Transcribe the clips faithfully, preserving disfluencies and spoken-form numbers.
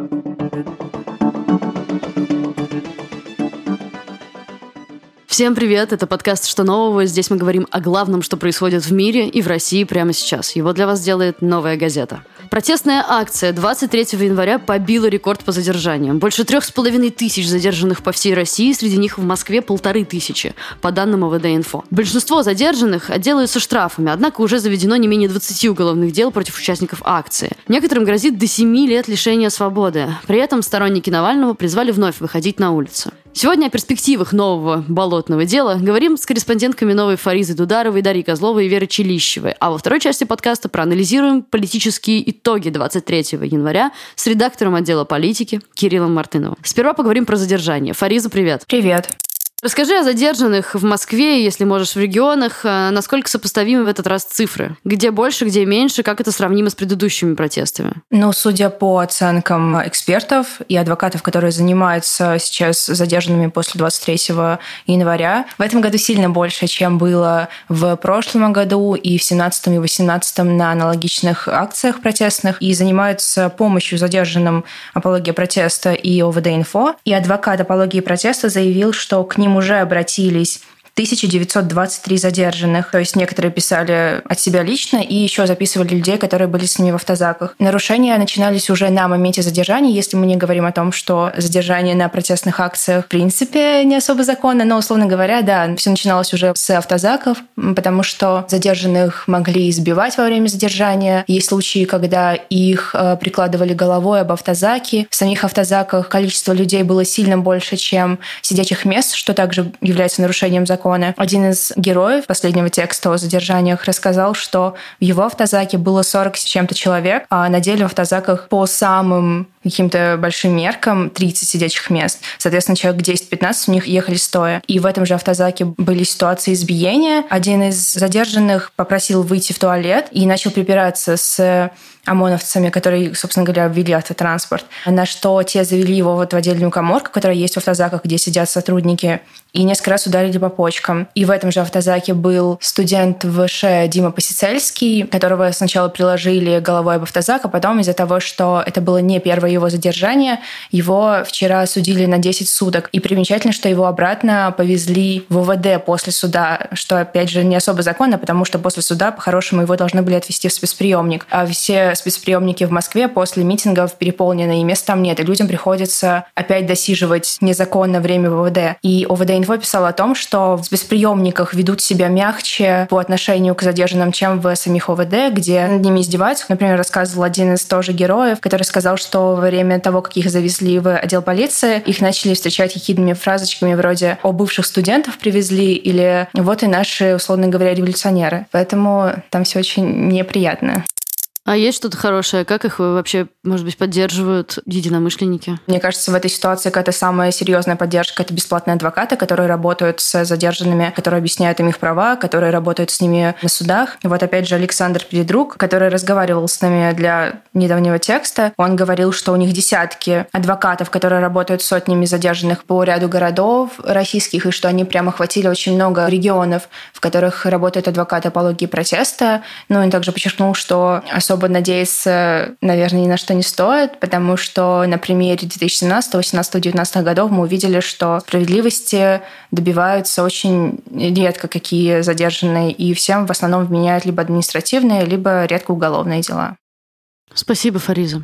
Всем привет, это подкаст «Что нового?». Здесь мы говорим о главном, что происходит в мире и в России прямо сейчас. Его для вас делает «Новая газета». Протестная акция двадцать третьего января побила рекорд по задержаниям. Больше трех с половиной тысяч задержанных по всей России, среди них в Москве полторы тысячи, по данным о вэ дэ инфо. Большинство задержанных отделаются штрафами, однако уже заведено не менее двадцати уголовных дел против участников акции. Некоторым грозит до семи лет лишения свободы. При этом сторонники Навального призвали вновь выходить на улицу. Сегодня о перспективах нового болотного дела говорим с корреспондентками «Новой» Фаризой Дударовой, Дарьей Козловой и Верой Челищевой. А во второй части подкаста проанализируем политические итоги двадцать третьего января с редактором отдела политики Кириллом Мартыновым. Сперва поговорим про задержание. Фариза, привет. Привет. Расскажи о задержанных в Москве, если можешь, в регионах. Насколько сопоставимы в этот раз цифры? Где больше, где меньше? Как это сравнимо с предыдущими протестами? Ну, судя по оценкам экспертов и адвокатов, которые занимаются сейчас задержанными после двадцать третьего января, в этом году сильно больше, чем было в прошлом году и в семнадцатом и восемнадцатом на аналогичных акциях протестных. И занимаются помощью задержанным «Апология протеста» и о вэ дэ инфо. И адвокат «Апологии протеста» заявил, что к ним уже обратились тысяча девятьсот двадцать три задержанных. То есть некоторые писали от себя лично и еще записывали людей, которые были с ними в автозаках. Нарушения начинались уже на моменте задержания, если мы не говорим о том, что задержание на протестных акциях в принципе не особо законно, но, условно говоря, да, все начиналось уже с автозаков, потому что задержанных могли избивать во время задержания. Есть случаи, когда их прикладывали головой об автозаки. В самих автозаках количество людей было сильно больше, чем сидячих мест, что также является нарушением закона. Один из героев последнего текста о задержаниях рассказал, что в его автозаке было сорок с чем-то человек, а на деле в автозаках по самым каким-то большим меркам тридцать сидячих мест. Соответственно, человек десять-пятнадцать в них ехали стоя. И в этом же автозаке были ситуации избиения. Один из задержанных попросил выйти в туалет и начал припираться с ОМОНовцами, которые, собственно говоря, ввели автотранспорт, на что те завели его вот в отдельную каморку, которая есть в автозаках, где сидят сотрудники, и несколько раз ударили по почкам. И в этом же автозаке был студент ВШ Дима Посицельский, которого сначала приложили головой об автозак, а потом из-за того, что это было не первое его задержание, его вчера осудили на десять суток. И примечательно, что его обратно повезли в о вэ дэ после суда, что, опять же, не особо законно, потому что после суда, по-хорошему, его должны были отвезти в спецприемник. А все спецприемники в Москве после митингов переполнены, и мест там нет, и людям приходится опять досиживать незаконно время в о вэ дэ. И о вэ дэ инфо писал о том, что в спецприемниках ведут себя мягче по отношению к задержанным, чем в самих о вэ дэ, где над ними издеваются. Например, рассказывал один из тоже героев, который сказал, что во время того, как их завезли в отдел полиции, их начали встречать какими-то фразочками вроде «О, бывших студентов привезли» или «Вот и наши, условно говоря, революционеры». Поэтому там все очень неприятно. А есть что-то хорошее? Как их вообще, может быть, поддерживают единомышленники? Мне кажется, в этой ситуации какая-то самая серьезная поддержка – это бесплатные адвокаты, которые работают с задержанными, которые объясняют им их права, которые работают с ними на судах. И вот опять же Александр Передрук, который разговаривал с нами для недавнего текста, он говорил, что у них десятки адвокатов, которые работают с сотнями задержанных по ряду городов российских, и что они прямо охватили очень много регионов, в которых работают адвокаты апологии протеста. Ну, он также подчеркнул, что особо Особо надеяться, наверное, ни на что не стоит, потому что на примере две тысячи семнадцатого, восемнадцатого, девятнадцатого годов мы увидели, что справедливости добиваются очень редко какие задержанные, и всем в основном вменяют либо административные, либо редко уголовные дела. Спасибо, Фариза.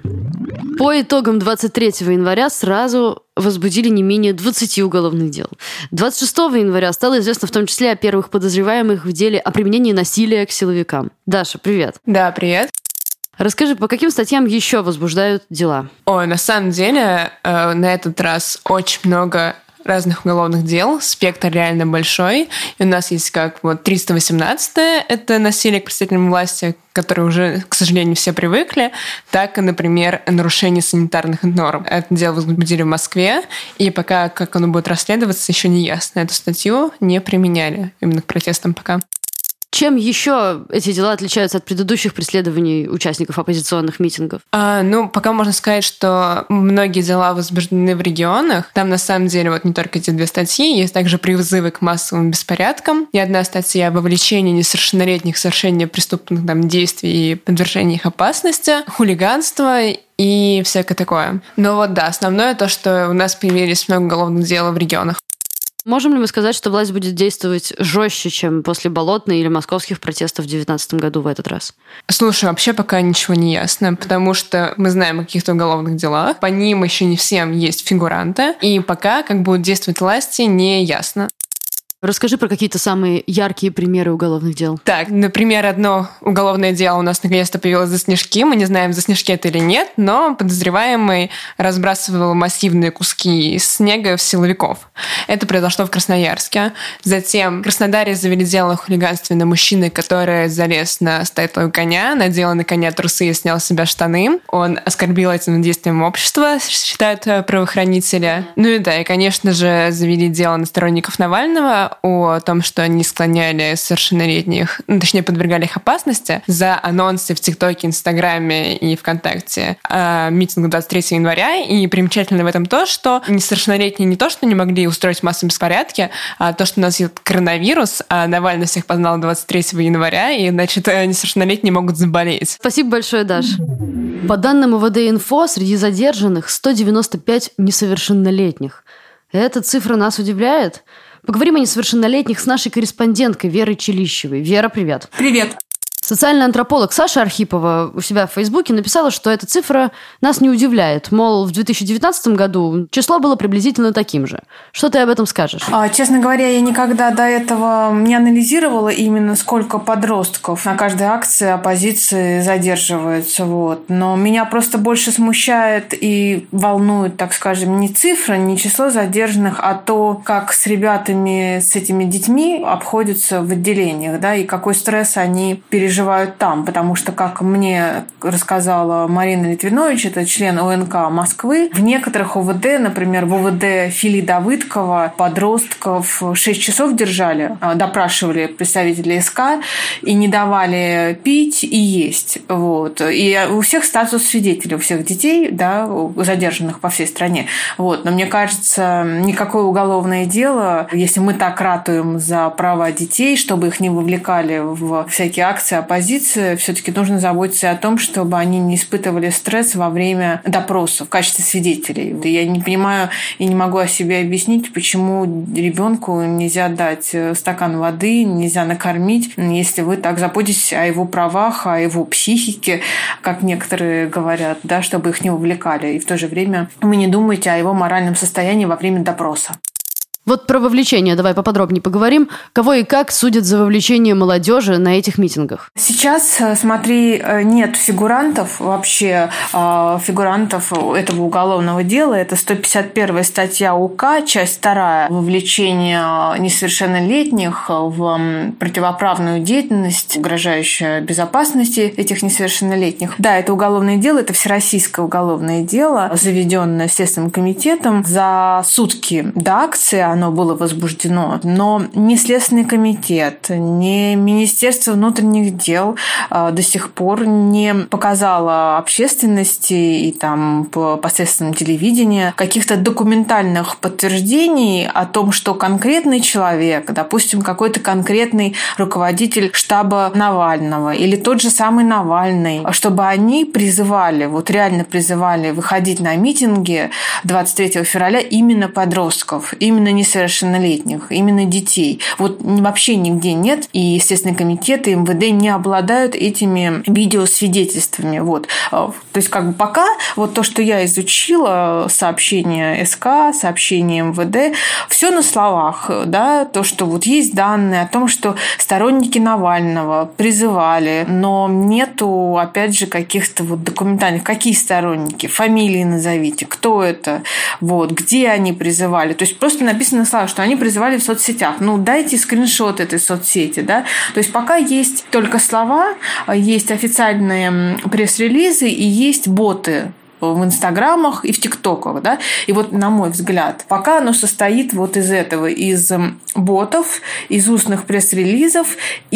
По итогам двадцать третьего января сразу возбудили не менее двадцати уголовных дел. двадцать шестого января стало известно в том числе о первых подозреваемых в деле о применении насилия к силовикам. Даша, привет. Да, привет. Расскажи, по каким статьям еще возбуждают дела? Ой, на самом деле, э, на этот раз очень много разных уголовных дел, спектр реально большой. И у нас есть как вот триста восемнадцатое, это насилие к представителям власти, к которой уже, к сожалению, все привыкли, так и, например, нарушение санитарных норм. Это дело возбудили в Москве, и пока как оно будет расследоваться, еще не ясно. Эту статью не применяли именно к протестам пока. Чем еще эти дела отличаются от предыдущих преследований участников оппозиционных митингов? А, ну, пока можно сказать, что многие дела возбуждены в регионах. Там, на самом деле, вот не только эти две статьи, есть также призывы к массовым беспорядкам. И одна статья о вовлечении несовершеннолетних в совершение преступных там, действий и подвержении их опасности, хулиганство и всякое такое. Но вот да, основное то, что у нас появились много уголовных дел в регионах. Можем ли мы сказать, что власть будет действовать жестче, чем после Болотной или московских протестов в две тысячи девятнадцатом году в этот раз? Слушай, вообще пока ничего не ясно, потому что мы знаем о каких-то уголовных делах, по ним еще не всем есть фигуранты, и пока, как будут действовать власти, не ясно. Расскажи про какие-то самые яркие примеры уголовных дел. Так, например, одно уголовное дело у нас наконец-то появилось за снежки. Мы не знаем, за снежки это или нет, но подозреваемый разбрасывал массивные куски снега в силовиков. Это произошло в Красноярске. Затем в Краснодаре завели дело о хулиганстве на мужчины, который залез на стайтлу коня, надел на коня трусы и снял с себя штаны. Он оскорбил этим действием общества, считают правоохранители. Ну и да, и, конечно же, завели дело на сторонников Навального о том, что они склоняли совершеннолетних, ну, точнее, подвергали их опасности за анонсы в ТикТоке, Инстаграме и ВКонтакте о митингу двадцать третьего января. И примечательно в этом то, что несовершеннолетние не то, что не могли устроить массовые беспорядки, а то, что у нас есть коронавирус, а Навальный всех познал двадцать третьего января, и, значит, несовершеннолетние могут заболеть. Спасибо большое, Даш. По данным УВД-инфо, среди задержанных сто девяносто пять несовершеннолетних. Эта цифра нас удивляет. Поговорим о несовершеннолетних с нашей корреспонденткой Верой Челищевой. Вера, привет. Привет. Социальный антрополог Саша Архипова у себя в Фейсбуке написала, что эта цифра нас не удивляет. Мол, в две тысячи девятнадцатом году число было приблизительно таким же. Что ты об этом скажешь? А, честно говоря, я никогда до этого не анализировала именно сколько подростков на каждой акции оппозиции задерживаются. Вот. Но меня просто больше смущает и волнует, так скажем, не цифра, не число задержанных, а то, как с ребятами, с этими детьми обходятся в отделениях, да, и какой стресс они переживают там, потому что, как мне рассказала Марина Литвинович, это член ОНК Москвы, в некоторых ОВД, например, в ОВД Филии Давыдкова, подростков шесть часов держали, допрашивали представителей СК и не давали пить и есть. Вот. И у всех статус свидетелей, у всех детей, да, задержанных по всей стране. Вот. Но мне кажется, никакое уголовное дело, если мы так ратуем за права детей, чтобы их не вовлекали в всякие акции оппозиции, все-таки нужно заботиться о том, чтобы они не испытывали стресс во время допросов в качестве свидетелей. Я не понимаю и не могу о себе объяснить, почему ребенку нельзя дать стакан воды, нельзя накормить, если вы так заботитесь о его правах, о его психике, как некоторые говорят, да, чтобы их не вовлекали. И в то же время вы не думаете о его моральном состоянии во время допроса. Вот про вовлечение давай поподробнее поговорим. Кого и как судят за вовлечение молодежи на этих митингах? Сейчас, смотри, нет фигурантов вообще, фигурантов этого уголовного дела. Это сто пятьдесят первая статья УК, часть вторая, вовлечение несовершеннолетних в противоправную деятельность, угрожающую безопасности этих несовершеннолетних. Да, это уголовное дело, это всероссийское уголовное дело, заведенное Следственным комитетом. За сутки до акции оно было возбуждено, но ни Следственный комитет, ни Министерство внутренних дел до сих пор не показало общественности и там по посредством телевидения каких-то документальных подтверждений о том, что конкретный человек, допустим, какой-то конкретный руководитель штаба Навального или тот же самый Навальный, чтобы они призывали, вот реально призывали выходить на митинги двадцать третьего февраля именно подростков, именно несовершеннолетних, именно детей. Вот вообще нигде нет, и Естественный комитет и МВД не обладают этими видеосвидетельствами. Вот. То есть, как бы пока вот то, что я изучила, сообщения СК, сообщения МВД, все на словах, да, то, что вот есть данные о том, что сторонники Навального призывали, но нету, опять же, каких-то вот документальных, какие сторонники, фамилии назовите, кто это, вот, где они призывали. То есть, просто написано на словах, что они призывали в соцсетях. Ну, дайте скриншот этой соцсети, да. То есть, пока есть только слова, есть официальные пресс-релизы и есть боты в инстаграмах и в тиктоках. Да? И вот, на мой взгляд, пока оно состоит вот из этого, из ботов, из устных пресс-релизов,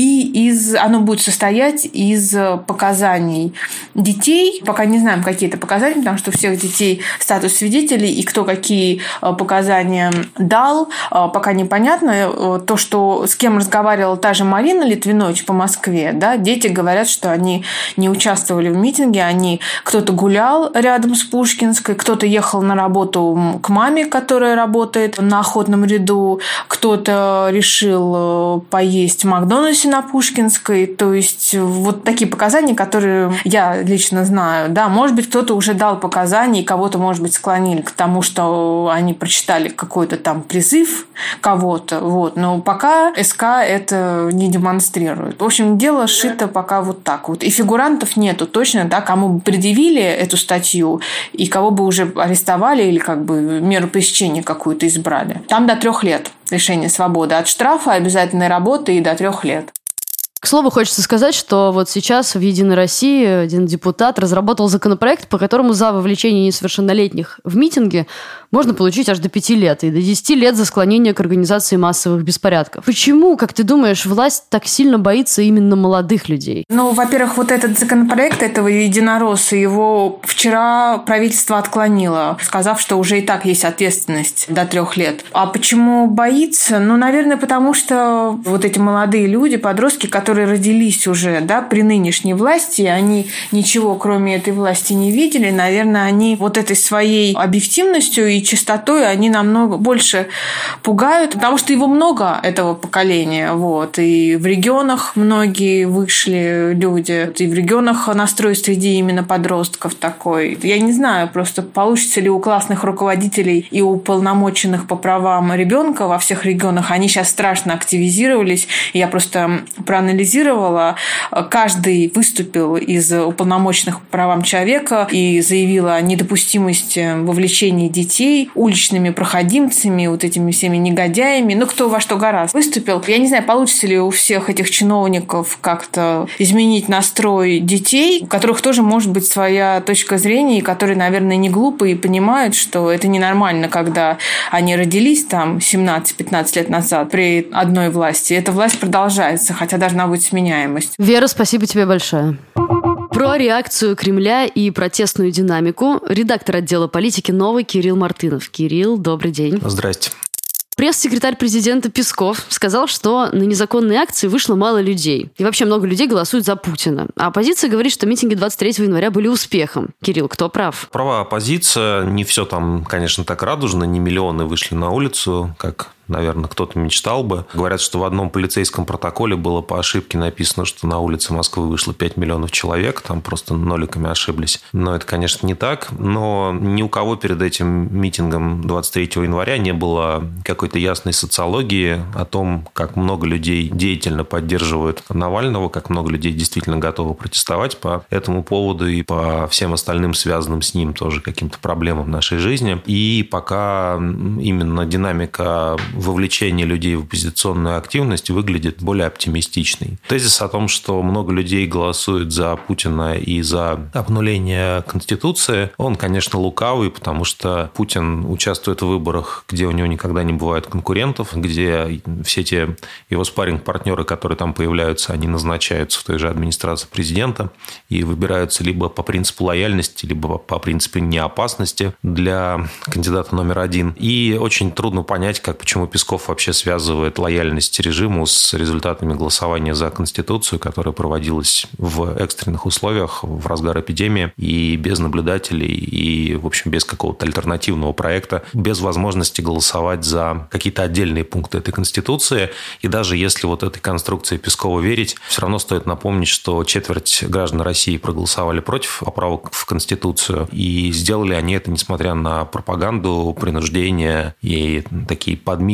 и из, оно будет состоять из показаний детей. Пока не знаем, какие это показания, потому что у всех детей статус свидетелей, и кто какие показания дал, пока непонятно. То, что с кем разговаривала та же Марина Литвинович по Москве, да, дети говорят, что они не участвовали в митинге, они, кто-то гулял рядом с Пушкинской, кто-то ехал на работу к маме, которая работает на Охотном ряду, кто-то решил поесть в Макдональдсе на Пушкинской. То есть вот такие показания, которые я лично знаю. Да, может быть, кто-то уже дал показания, и кого-то, может быть, склонили к тому, что они прочитали какой-то там призыв кого-то. Вот. Но пока СК это не демонстрирует. В общем, дело шито пока вот так вот. И фигурантов нету точно, да, кому бы предъявили эту статью и кого бы уже арестовали или как бы меру пресечения какую-то избрали. Там до трех лет лишения свободы. От штрафа, обязательной работы и до трех лет. К слову, хочется сказать, что вот сейчас в «Единой России» один депутат разработал законопроект, по которому за вовлечение несовершеннолетних в митинги можно получить аж до пяти лет и до десяти лет за склонение к организации массовых беспорядков. Почему, как ты думаешь, власть так сильно боится именно молодых людей? Ну, во-первых, вот этот законопроект этого единоросса, его вчера правительство отклонило, сказав, что уже и так есть ответственность до трех лет. А почему боится? Ну, наверное, потому что вот эти молодые люди, подростки, которые родились уже, да, при нынешней власти, они ничего, кроме этой власти, не видели. Наверное, они вот этой своей объективностью и чистотой они намного больше пугают, потому что его много, этого поколения. Вот. И в регионах многие вышли люди, и в регионах настрой среди именно подростков такой. Я не знаю, просто получится ли у классных руководителей и у уполномоченных по правам ребенка во всех регионах. Они сейчас страшно активизировались. Я просто проанализировала. Каждый выступил из уполномоченных по правам человека и заявил о недопустимости вовлечения детей уличными проходимцами, вот этими всеми негодяями. Ну, кто во что гораздо выступил. Я не знаю, получится ли у всех этих чиновников как-то изменить настрой детей, у которых тоже может быть своя точка зрения, и которые, наверное, не глупые и понимают, что это ненормально, когда они родились там семнадцать-пятнадцать лет назад при одной власти. Эта власть продолжается, хотя должна быть сменяемость. Вера, спасибо тебе большое. Про реакцию Кремля и протестную динамику редактор отдела политики «Новой» Кирилл Мартынов. Кирилл, добрый день. Здрасте. Пресс-секретарь президента Песков сказал, что на незаконные акции вышло мало людей. И вообще много людей голосуют за Путина. А оппозиция говорит, что митинги двадцать третьего января были успехом. Кирилл, кто прав? Права оппозиция. Не все там, конечно, так радужно. Не миллионы вышли на улицу, как, наверное, кто-то мечтал бы. Говорят, что в одном полицейском протоколе было по ошибке написано, что на улице Москвы вышло пять миллионов человек. Там просто ноликами ошиблись. Но это, конечно, не так. Но ни у кого перед этим митингом двадцать третьего января не было какой-то ясной социологии о том, как много людей деятельно поддерживают Навального, как много людей действительно готовы протестовать по этому поводу и по всем остальным связанным с ним тоже каким-то проблемам в нашей жизни. И пока именно динамика вовлечения людей в оппозиционную активность выглядит более оптимистичной. Тезис о том, что много людей голосуют за Путина и за обнуление Конституции, он, конечно, лукавый, потому что Путин участвует в выборах, где у него никогда не бывает конкурентов, где все те его спарринг-партнеры, которые там появляются, они назначаются в той же администрации президента и выбираются либо по принципу лояльности, либо по принципу неопасности для кандидата номер один. И очень трудно понять, как, почему Песков вообще связывает лояльность режиму с результатами голосования за Конституцию, которая проводилась в экстренных условиях в разгар эпидемии и без наблюдателей, и, в общем, без какого-то альтернативного проекта, без возможности голосовать за какие-то отдельные пункты этой Конституции. И даже если вот этой конструкции Пескова верить, все равно стоит напомнить, что четверть граждан России проголосовали против поправок в Конституцию. И сделали они это, несмотря на пропаганду, принуждение и такие подмигивания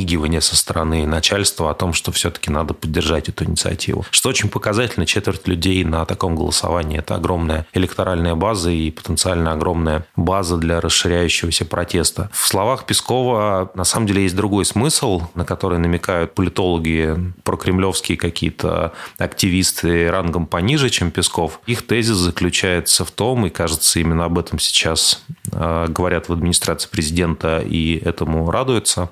подмигивание со стороны начальства о том, что все-таки надо поддержать эту инициативу. Что очень показательно, четверть людей на таком голосовании – это огромная электоральная база и потенциально огромная база для расширяющегося протеста. В словах Пескова на самом деле есть другой смысл, на который намекают политологи, прокремлевские какие-то активисты рангом пониже, чем Песков. Их тезис заключается в том, и кажется, именно об этом сейчас э, говорят в администрации президента и этому радуются,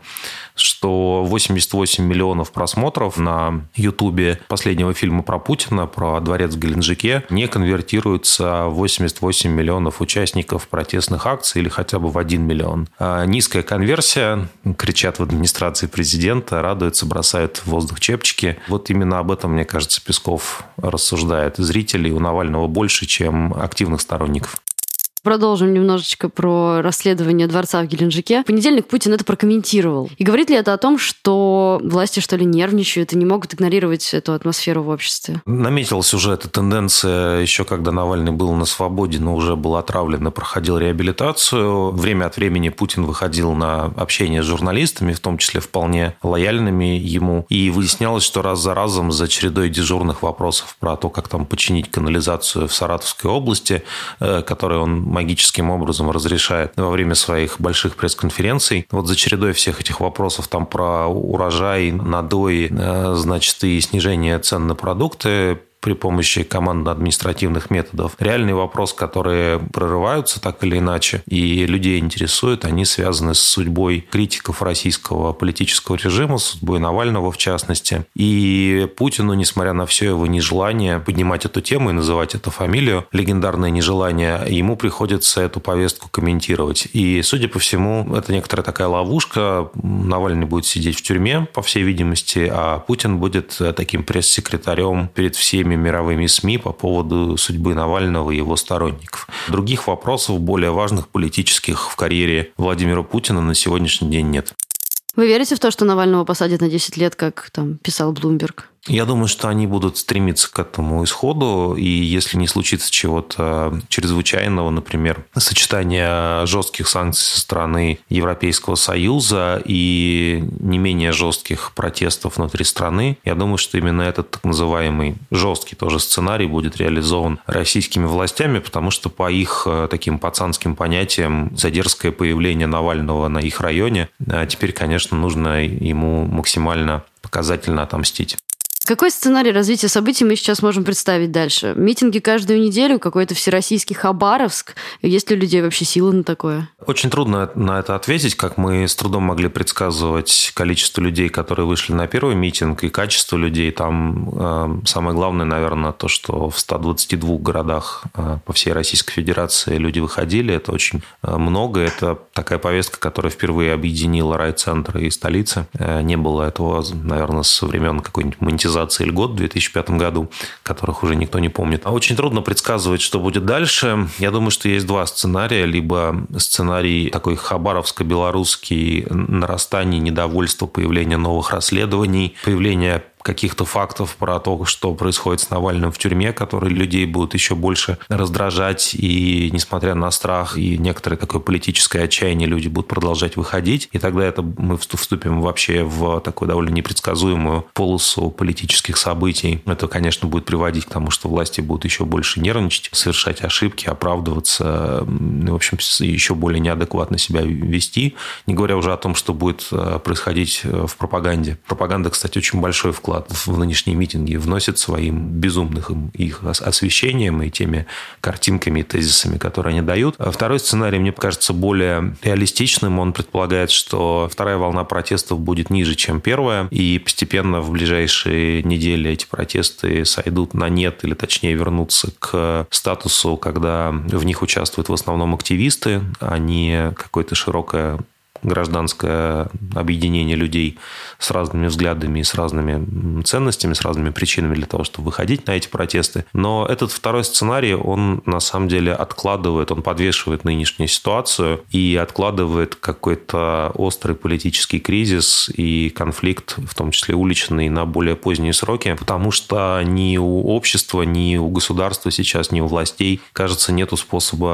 что восемьдесят восемь миллионов просмотров на Ютубе последнего фильма про Путина, про дворец в Геленджике, не конвертируются в восемьдесят восемь миллионов участников протестных акций или хотя бы в один миллион. А низкая конверсия, кричат в администрации президента, радуются, бросают в воздух чепчики. Вот именно об этом, мне кажется, Песков рассуждает. Зрителей у Навального больше, чем активных сторонников. Продолжим немножечко про расследование дворца в Геленджике. В понедельник Путин это прокомментировал. И говорит ли это о том, что власти, что ли, нервничают и не могут игнорировать эту атмосферу в обществе? Наметилась уже эта тенденция еще когда Навальный был на свободе, но уже был отравлен и проходил реабилитацию. Время от времени Путин выходил на общение с журналистами, в том числе вполне лояльными ему. И выяснялось, что раз за разом за чередой дежурных вопросов про то, как там починить канализацию в Саратовской области, которую он магическим образом разрешает во время своих больших пресс-конференций. Вот за чередой всех этих вопросов там про урожай, надой, значит, и снижение цен на продукты при помощи командно-административных методов. Реальные вопросы, которые прорываются так или иначе и людей интересуют, они связаны с судьбой критиков российского политического режима, с судьбой Навального в частности. И Путину, несмотря на все его нежелание поднимать эту тему и называть эту фамилию, легендарное нежелание, ему приходится эту повестку комментировать. И, судя по всему, это некоторая такая ловушка. Навальный будет сидеть в тюрьме, по всей видимости, а Путин будет таким пресс-секретарем перед всеми мировыми СМИ по поводу судьбы Навального и его сторонников. Других вопросов, более важных политических в карьере Владимира Путина на сегодняшний день нет. Вы верите в то, что Навального посадят на десять лет, как там писал Блумберг? Я думаю, что они будут стремиться к этому исходу, и если не случится чего-то чрезвычайного, например, сочетание жестких санкций со стороны Европейского Союза и не менее жестких протестов внутри страны, я думаю, что именно этот так называемый жесткий тоже сценарий будет реализован российскими властями, потому что по их таким пацанским понятиям за дерзкое появление Навального на их районе теперь, конечно, нужно ему максимально показательно отомстить. Какой сценарий развития событий мы сейчас можем представить дальше? Митинги каждую неделю, какой-то всероссийский Хабаровск? Есть ли у людей вообще силы на такое? Очень трудно на это ответить, как мы с трудом могли предсказывать количество людей, которые вышли на первый митинг, и качество людей. Там э, самое главное, наверное, то, что в ста двадцати двух городах э, по всей Российской Федерации люди выходили. Это очень э, много. Это такая повестка, которая впервые объединила райцентры и столицы. Э, не было этого, наверное, со времен какой-нибудь монетизации льгот в две тысячи пятом году, которых уже никто не помнит. А очень трудно предсказывать, что будет дальше. Я думаю, что есть два сценария. Либо сценарий такой хабаровско-белорусский, нарастание недовольства, появление новых расследований, появление каких-то фактов про то, что происходит с Навальным в тюрьме, которые людей будут еще больше раздражать, и несмотря на страх и некоторое такое политическое отчаяние, люди будут продолжать выходить, и тогда это мы вступим вообще в такую довольно непредсказуемую полосу политических событий. Это, конечно, будет приводить к тому, что власти будут еще больше нервничать, совершать ошибки, оправдываться, в общем, еще более неадекватно себя вести, не говоря уже о том, что будет происходить в пропаганде. Пропаганда, кстати, очень большой вклад в нынешние митинги вносит своим безумным их освещением и теми картинками и тезисами, которые они дают. Второй сценарий, мне кажется, более реалистичным. Он предполагает, что вторая волна протестов будет ниже, чем первая, и постепенно в ближайшие недели эти протесты сойдут на нет, или точнее вернутся к статусу, когда в них участвуют в основном активисты, а не какое-то широкое гражданское объединение людей с разными взглядами и с разными ценностями, с разными причинами для того, чтобы выходить на эти протесты. Но этот второй сценарий, он на самом деле откладывает, он подвешивает нынешнюю ситуацию и откладывает какой-то острый политический кризис и конфликт, в том числе уличный, на более поздние сроки, потому что ни у общества, ни у государства сейчас, ни у властей, кажется, нету способа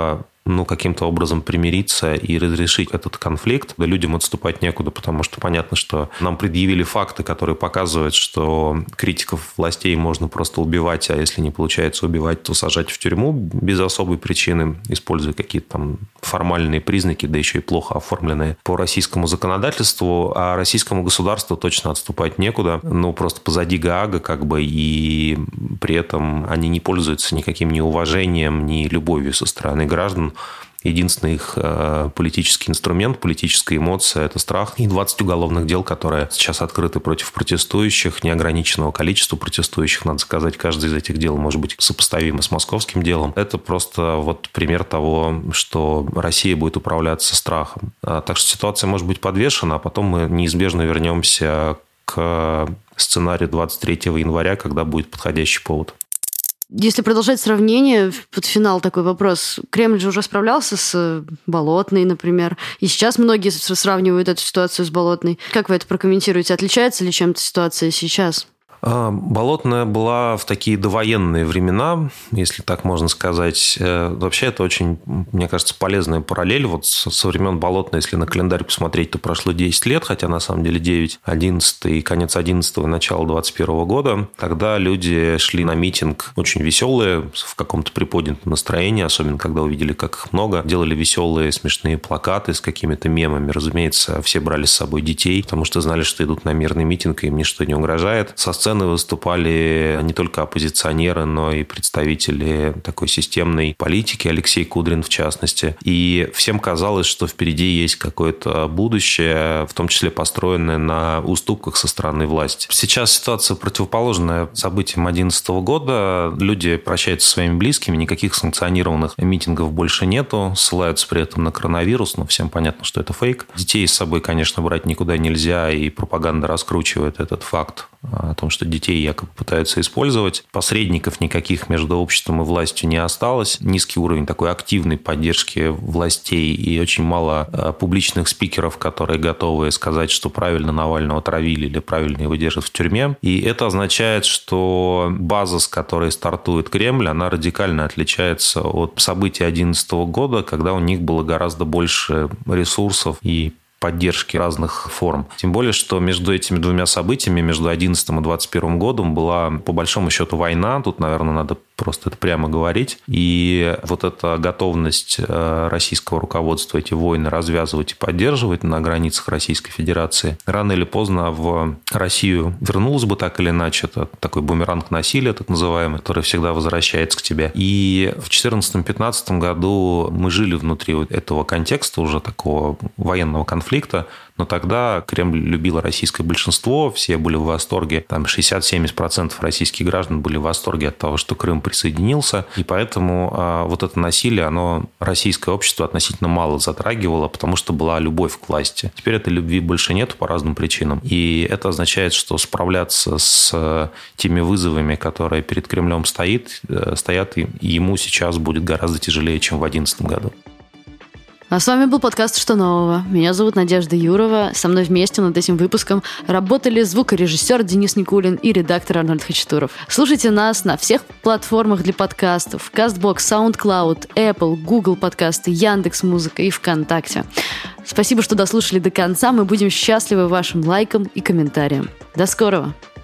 ну, каким-то образом примириться и разрешить этот конфликт. Да, людям отступать некуда, потому что понятно, что нам предъявили факты, которые показывают, что критиков властей можно просто убивать, а если не получается убивать, то сажать в тюрьму без особой причины, используя какие-то там формальные признаки, да еще и плохо оформленные по российскому законодательству, а российскому государству точно отступать некуда. Ну, просто позади Гаага как бы, и при этом они не пользуются никаким ни уважением, ни любовью со стороны граждан. Единственный их э, политический инструмент, политическая эмоция – это страх. И двадцать уголовных дел, которые сейчас открыты против протестующих, неограниченного количества протестующих. Надо сказать, каждое из этих дел может быть сопоставимо с московским делом. Это просто вот пример того, что Россия будет управляться страхом. Так что ситуация может быть подвешена, а потом мы неизбежно вернемся к сценарию двадцать третьего января, когда будет подходящий повод. Если продолжать сравнение, под финал такой вопрос. Кремль же уже справлялся с Болотной, например. И сейчас многие сравнивают эту ситуацию с Болотной. Как вы это прокомментируете? Отличается ли чем-то ситуация сейчас? Болотная была в такие довоенные времена, если так можно сказать. Вообще, это очень, мне кажется, полезная параллель. Вот со времен Болотной, если на календарь посмотреть, то прошло десять лет, хотя на самом деле девять, одиннадцатый, конец одиннадцатого и начало двадцать первого года. Тогда люди шли на митинг очень веселые, в каком-то приподнятом настроении, особенно когда увидели, как их много. Делали веселые, смешные плакаты с какими-то мемами. Разумеется, все брали с собой детей, потому что знали, что идут на мирный митинг, и им ничто не угрожает. Со сцены выступали не только оппозиционеры, но и представители такой системной политики, Алексей Кудрин в частности. И всем казалось, что впереди есть какое-то будущее, в том числе построенное на уступках со стороны власти. Сейчас ситуация противоположная событиям две тысячи одиннадцатого года. Люди прощаются со своими близкими, никаких санкционированных митингов больше нету, ссылаются при этом на коронавирус, но всем понятно, что это фейк. Детей с собой, конечно, брать никуда нельзя, и пропаганда раскручивает этот факт о том, что детей якобы пытаются использовать. Посредников никаких между обществом и властью не осталось. Низкий уровень такой активной поддержки властей и очень мало публичных спикеров, которые готовы сказать, что правильно Навального травили или правильно его держат в тюрьме. И это означает, что база, с которой стартует Кремль, она радикально отличается от событий две тысячи одиннадцатого года, когда у них было гораздо больше ресурсов и поддержки разных форм. Тем более, что между этими двумя событиями, между одиннадцатым и двадцать первым годом, была по большому счету война. Тут, наверное, надо просто это прямо говорить. И вот эта готовность российского руководства эти войны развязывать и поддерживать на границах Российской Федерации, рано или поздно в Россию вернулась бы так или иначе. Это такой бумеранг насилия, так называемый, который всегда возвращается к тебе. И в две тысячи четырнадцатом-пятнадцатом году мы жили внутри этого контекста уже такого военного конфликта, конфликта, но тогда Кремль любил российское большинство, все были в восторге, там шестьдесят-семьдесят процентов российских граждан были в восторге от того, что Крым присоединился, и поэтому а, вот это насилие, оно российское общество относительно мало затрагивало, потому что была любовь к власти. Теперь этой любви больше нет по разным причинам, и это означает, что справляться с теми вызовами, которые перед Кремлем стоит, стоят, и ему сейчас будет гораздо тяжелее, чем в две тысячи одиннадцатом году. А с вами был подкаст «Что нового?». Меня зовут Надежда Юрова. Со мной вместе над этим выпуском работали звукорежиссер Денис Никулин и редактор Арнольд Хачатуров. Слушайте нас на всех платформах для подкастов: Castbox, SoundCloud, Apple, Google подкасты, Яндекс.Музыка и ВКонтакте. Спасибо, что дослушали до конца. Мы будем счастливы вашим лайкам и комментариям. До скорого!